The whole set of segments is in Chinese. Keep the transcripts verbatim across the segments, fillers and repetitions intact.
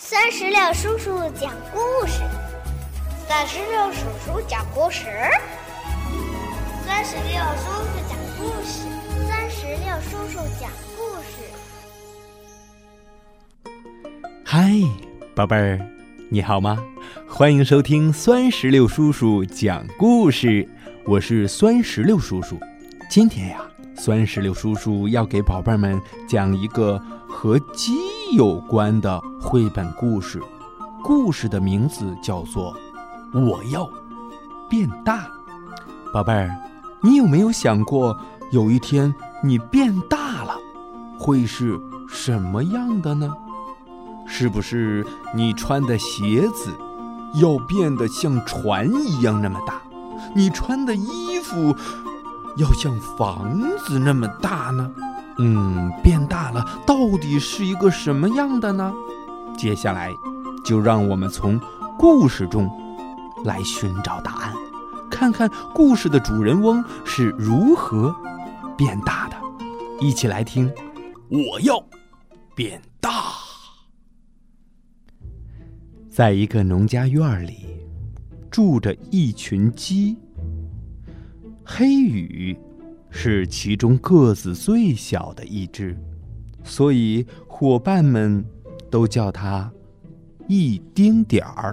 三十六叔叔讲故事， 三十六叔叔讲故事， 三十六叔叔讲故事，三十六叔叔讲故事。 嗨，宝贝儿，你好吗？欢迎收听酸石榴叔叔讲故事，我是酸石榴叔叔。今天呀，酸石榴叔叔要给宝贝们讲一个和鸡有关的绘本故事，故事的名字叫做《我要变大》。宝贝儿，你有没有想过，有一天你变大了，会是什么样的呢？是不是你穿的鞋子要变得像船一样那么大？你穿的衣服要像房子那么大呢？嗯，变大了到底是一个什么样的呢？接下来就让我们从故事中来寻找答案，看看故事的主人翁是如何变大的。一起来听，我要变大。在一个农家院里，住着一群鸡。黑羽是其中个子最小的一只，所以伙伴们都叫它一丁点儿。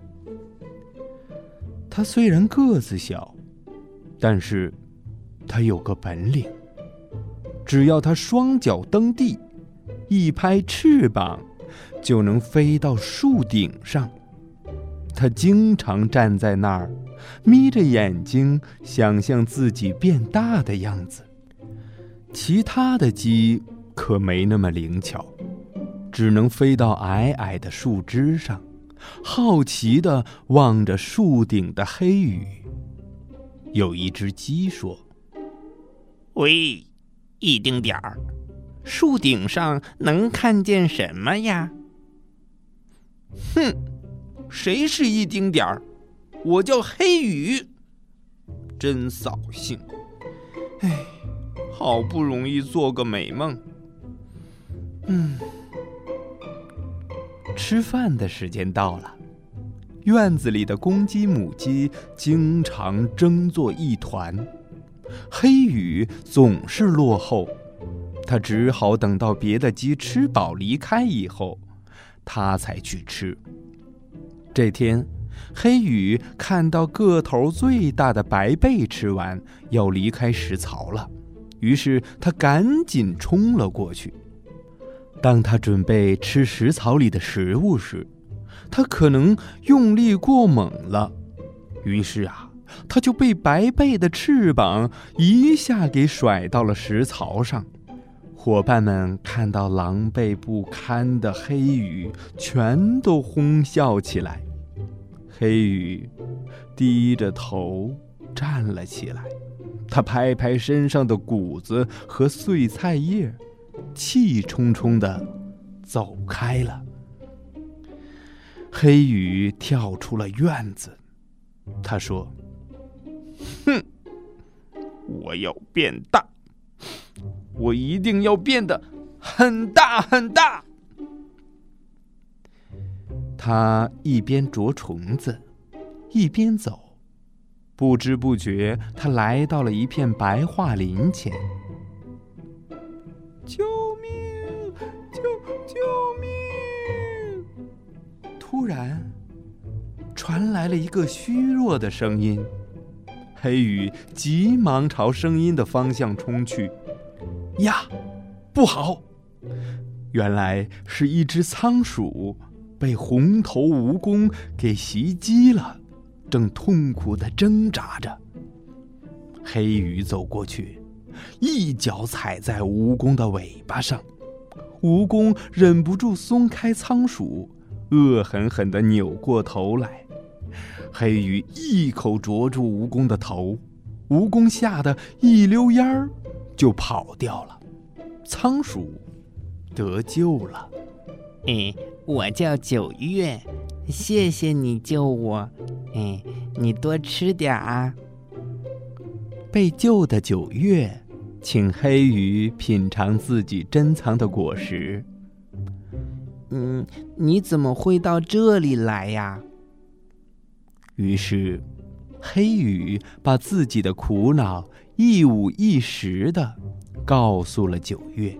它虽然个子小，但是它有个本领，只要它双脚蹬地，一拍翅膀，就能飞到树顶上。它经常站在那儿，眯着眼睛想象自己变大的样子。其他的鸡可没那么灵巧，只能飞到矮矮的树枝上，好奇地望着树顶的黑羽。有一只鸡说： 喂，一丁点儿，树顶上能看见什么呀？ 哼，谁是一丁点儿？我叫黑羽。真扫兴，哎，好不容易做个美梦。嗯，吃饭的时间到了，院子里的公鸡母鸡经常争作一团，黑羽总是落后，他只好等到别的鸡吃饱离开以后，他才去吃。这天，黑羽看到个头最大的白背吃完，要离开食槽了，于是他赶紧冲了过去。当他准备吃食槽里的食物时，他可能用力过猛了，于是啊，他就被白背的翅膀一下给甩到了食槽上。伙伴们看到狼狈不堪的黑羽，全都哄笑起来。黑羽低着头站了起来，他拍拍身上的谷子和碎菜叶，气冲冲地走开了。黑羽跳出了院子，他说：哼，我要变大，我一定要变得很大很大。他一边啄虫子，一边走，不知不觉他来到了一片白桦林前。救命！救救命！突然传来了一个虚弱的声音，黑羽急忙朝声音的方向冲去。呀，不好！原来是一只仓鼠被红头蜈蚣给袭击了，正痛苦地挣扎着。黑羽走过去，一脚踩在蜈蚣的尾巴上，蜈蚣忍不住松开仓鼠，恶狠狠地扭过头来。黑羽一口啄住蜈蚣的头，蜈蚣吓得一溜烟儿就跑掉了，仓鼠得救了。 哎，我叫九月，谢谢你救我。哎，你多吃点啊。 被救的九月请黑羽品尝自己珍藏的果实。 嗯，你怎么会到这里来呀？ 于是，黑羽把自己的苦恼一五一十地告诉了九月。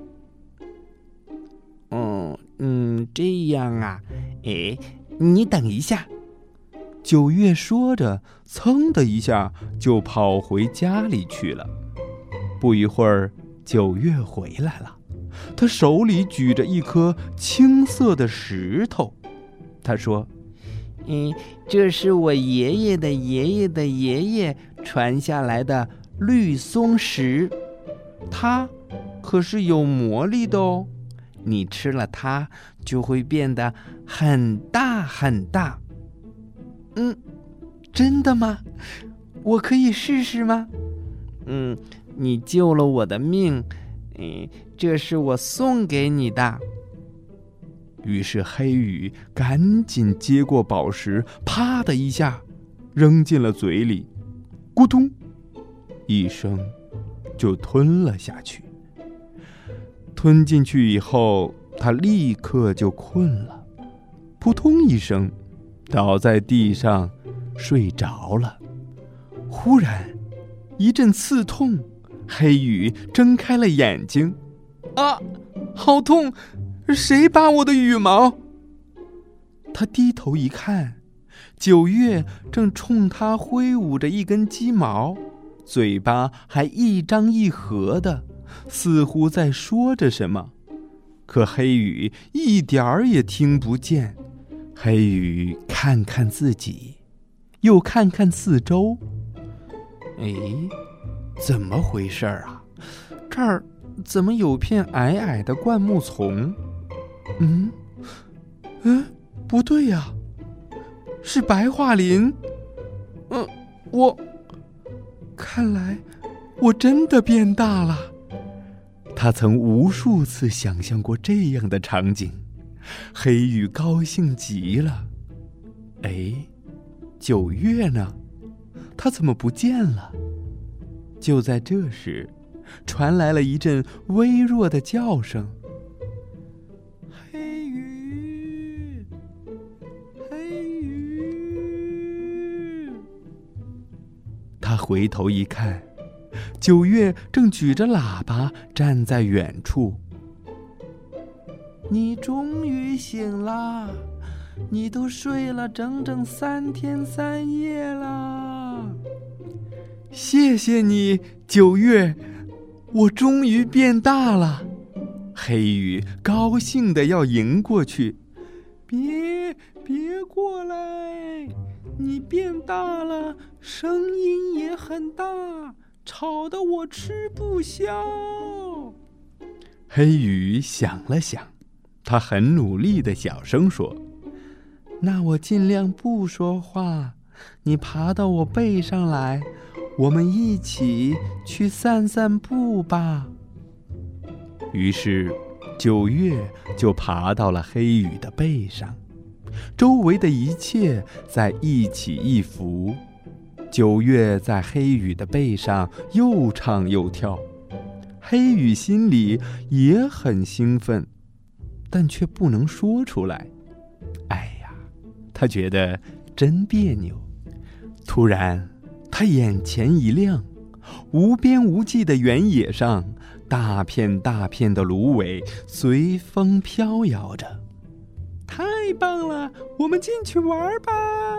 哦，嗯，这样啊，哎，你等一下。 九月说着，噌的一下就跑回家里去了。不一会儿，九月回来了，他手里举着一颗青色的石头。他说：“ 嗯，这是我爷爷的爷爷的爷爷传下来的绿松石，它可是有魔力的哦。你吃了它，就会变得很大很大。”嗯，真的吗？我可以试试吗？嗯，你救了我的命，嗯，这是我送给你的。 于是黑羽赶紧接过宝石，啪的一下扔进了嘴里，咕咚一声就吞了下去。吞进去以后，他立刻就困了，扑通一声倒在地上睡着了。忽然一阵刺痛，黑羽睁开了眼睛。啊，好痛！谁拔我的羽毛？他低头一看，九月正冲他挥舞着一根鸡毛，嘴巴还一张一合的，似乎在说着什么，可黑羽一点儿也听不见。黑羽看看自己，又看看四周，哎，怎么回事啊？这儿怎么有片矮矮的灌木丛？嗯，嗯，不对呀，是白桦林。嗯，我，看来我真的变大了。他曾无数次想象过这样的场景，黑羽高兴极了。哎，九月呢？他怎么不见了？就在这时，传来了一阵微弱的叫声：“黑羽，黑羽！”他回头一看，九月正举着喇叭站在远处。“你终于醒了，你都睡了整整三天三夜了。”“谢谢你，九月，我终于变大了。”黑羽高兴地要迎过去。“别别过来，你变大了，声音也很大，吵得我吃不消。”黑羽想了想，他很努力地小声说：“那我尽量不说话，你爬到我背上来，我们一起去散散步吧。”于是九月就爬到了黑羽的背上，周围的一切在一起一伏。九月在黑羽的背上又唱又跳，黑羽心里也很兴奋，但却不能说出来。哎呀，他觉得真别扭。突然他眼前一亮，无边无际的原野上，大片大片的芦苇随风飘摇着。“太棒了，我们进去玩吧！”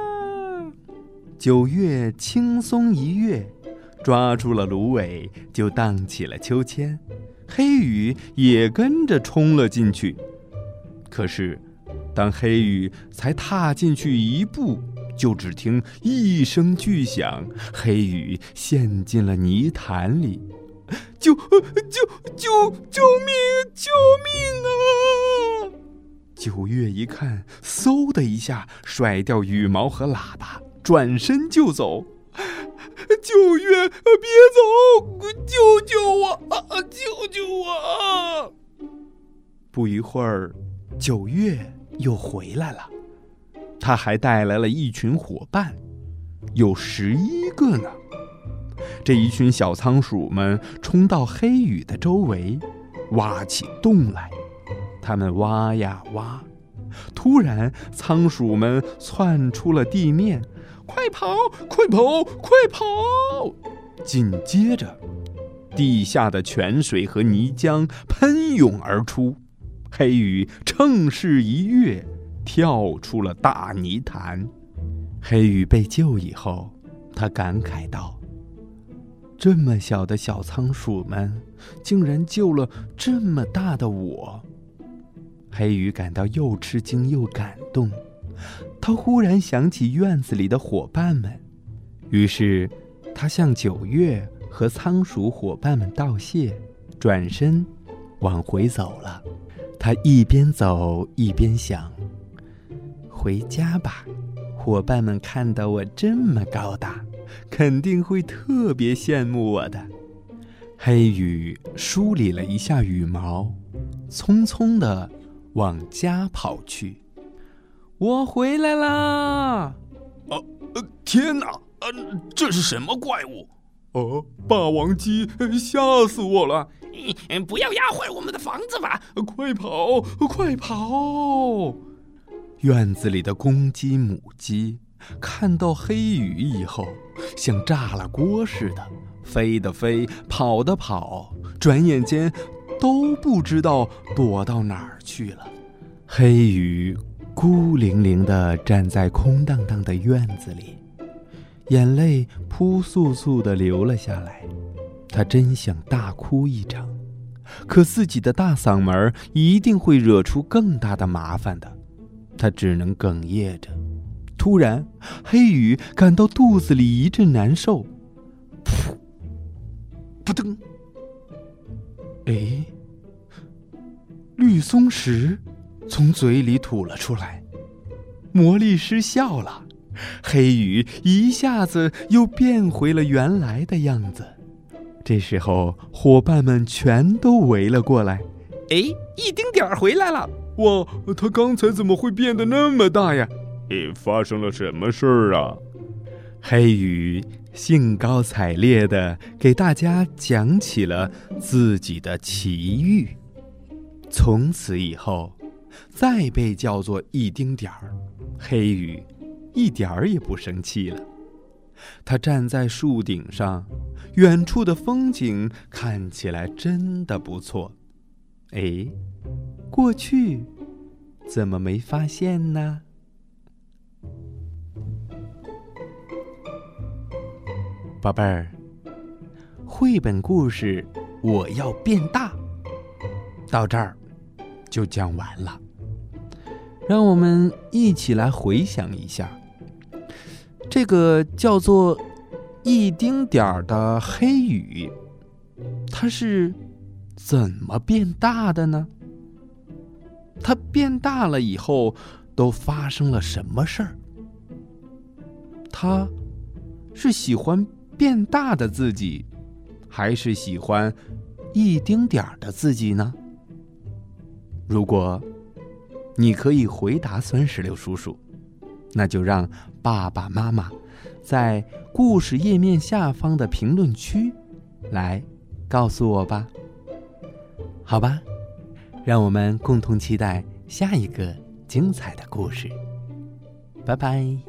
九月轻松一跃，抓住了芦苇，就荡起了秋千。黑羽也跟着冲了进去。可是当黑羽才踏进去一步，就只听一声巨响，黑羽陷进了泥潭里。“救救救救命救命啊！”九月一看，嗖的一下甩掉羽毛和喇叭，转身就走。“九月，别走，救救我啊！救救我啊！”不一会儿，九月又回来了，他还带来了一群伙伴，有十一个呢。这一群小仓鼠们冲到黑羽的周围，挖起洞来。他们挖呀挖， 突然，仓鼠们窜出了地面，快跑，快跑，快跑！紧接着，地下的泉水和泥浆喷涌而出，黑羽乘势一跃，跳出了大泥潭。黑羽被救以后，他感慨道：这么小的小仓鼠们，竟然救了这么大的我。黑羽感到又吃惊又感动，他忽然想起院子里的伙伴们，于是他向九月和仓鼠伙伴们道谢，转身往回走了。他一边走一边想：回家吧，伙伴们看到我这么高大，肯定会特别羡慕我的。黑羽梳理了一下羽毛，匆匆地往家跑去。我回来啦！ 呃呃，天哪！呃，这是什么怪物？ 哦，霸王鸡，吓死我了！ 嗯，不要压坏我们的房子吧！ 快跑，快跑！院子里的公鸡、母鸡看到黑羽以后，像炸了锅似的，飞的飞，跑的跑，转眼间都不知道躲到哪儿去了。黑羽孤零零地站在空荡荡的院子里，眼泪扑簌簌地流了下来。他真想大哭一场，可自己的大嗓门一定会惹出更大的麻烦的，他只能哽咽着。突然，黑羽感到肚子里一阵难受，噗，扑腾！哎，绿松石从嘴里吐了出来，魔力失效了，黑羽一下子又变回了原来的样子。这时候，伙伴们全都围了过来。哎，一丁点儿回来了！哇，他刚才怎么会变得那么大呀？ 诶，发生了什么事儿啊？ 黑羽兴高采烈地给大家讲起了自己的奇遇。从此以后，再被叫做一丁点儿，黑羽一点儿也不生气了。他站在树顶上，远处的风景看起来真的不错。哎，过去怎么没发现呢？宝贝儿，绘本故事《我要变大》到这儿就讲完了。让我们一起来回想一下，这个叫做一丁点儿的黑羽，它是怎么变大的呢？它变大了以后都发生了什么事儿？它是喜欢变大的自己，还是喜欢一丁点儿的自己呢？如果你可以回答酸石榴叔叔，那就让爸爸妈妈在故事页面下方的评论区来告诉我吧。好吧，让我们共同期待下一个精彩的故事。拜拜。